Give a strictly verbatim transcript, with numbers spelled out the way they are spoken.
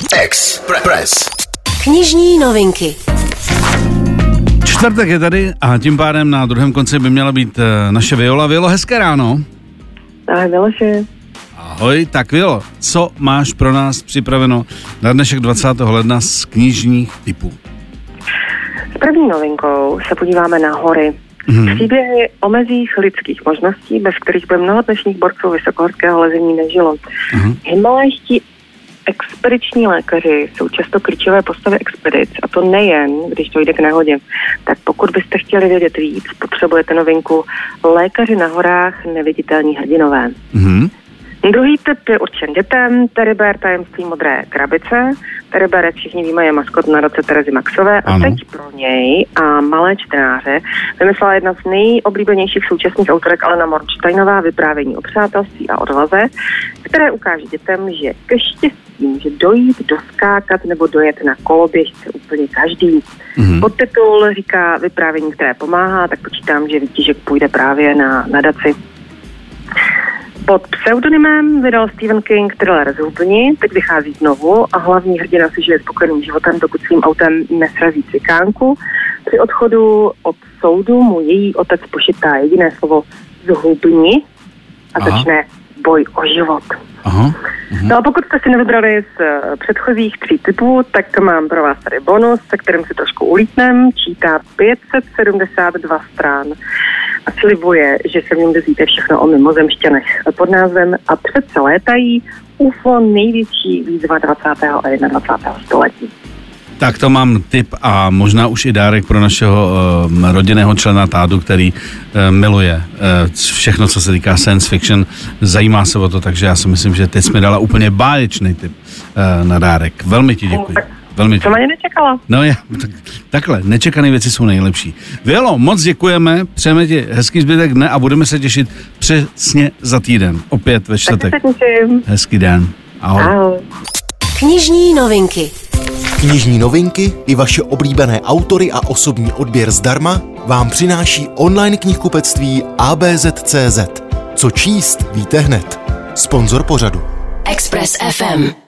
Express. Knižní novinky. Čtvrtek je tady a tím pádem na druhém konci by měla být naše Viola. Violo, hezké ráno. Ahoj, Miloši. Ahoj, tak Violo, co máš pro nás připraveno na dnešek dvacátého ledna z knižních tipů? S první novinkou se podíváme na hory. Mm-hmm. Příběhy o mezích lidských možností, bez kterých by mnoho dnešních borců vysokohorského lezení nežilo. Mm-hmm. Himalajští expediční lékaři jsou často klíčové postavy expedic, a to nejen, když dojde k nehodě. Tak pokud byste chtěli vědět víc, potřebujete novinku Lékaři na horách, neviditelní hrdinové. Mm-hmm. Druhý tip je určen dětem, Teddy Bear tajemství modré krabice. Teddy Bear, jak všichni víme, je maskot na roce Terezy Maxové a ano. Teď pro něj a malé čtenáře vymyslela jedna z nejoblíbenějších současných autorek Alena Mornsteinová vyprávění o přátelství a odvaze, které ukáže dětem, že ke štěstí může dojít, doskákat nebo dojet na koloběžce úplně každý. Mm-hmm. Podtitul říká vyprávění, které pomáhá, tak počítám, že výtěžek půjde právě na nadaci. Pod pseudonymem vydal Stephen King thriller Zhubni, teď vychází znovu a hlavní hrdina si žije spokojeným životem, dokud svým autem nesrazí cikánku. Při odchodu od soudu mu její otec pošitá jediné slovo Zhubni a Aha. začne boj o život. Aha. Mhm. No a pokud jste si nevybrali z předchozích tří typů, tak mám pro vás tady bonus, se kterým si trošku ulítnem, čítá pět set sedmdesát dva strán a slibuje, že se v něm dozvíte všechno o mimozemšťanech pod názvem A přece létají U F O největší výzva dvacátého a dvacátého prvního století. Tak to mám tip a možná už i dárek pro našeho uh, rodinného člena Tádu, který uh, miluje uh, všechno, co se týká science fiction, zajímá se o to, takže já si myslím, že teď jsi mi dala úplně báječný tip uh, na dárek. Velmi ti děkuji. Velmi to mě nečekala. No já, tak, takhle, nečekané věci jsou nejlepší. Violo, moc děkujeme, přejeme ti hezký zbytek dne a budeme se těšit přesně za týden, opět ve čtvrtek. Hezký den. Ahoj. Ahoj. Knižní novinky. Knižní novinky i vaše oblíbené autory a osobní odběr zdarma vám přináší online knihkupectví A B Z tečka cé zet. Co číst, víte hned. Sponzor pořadu. Express F M.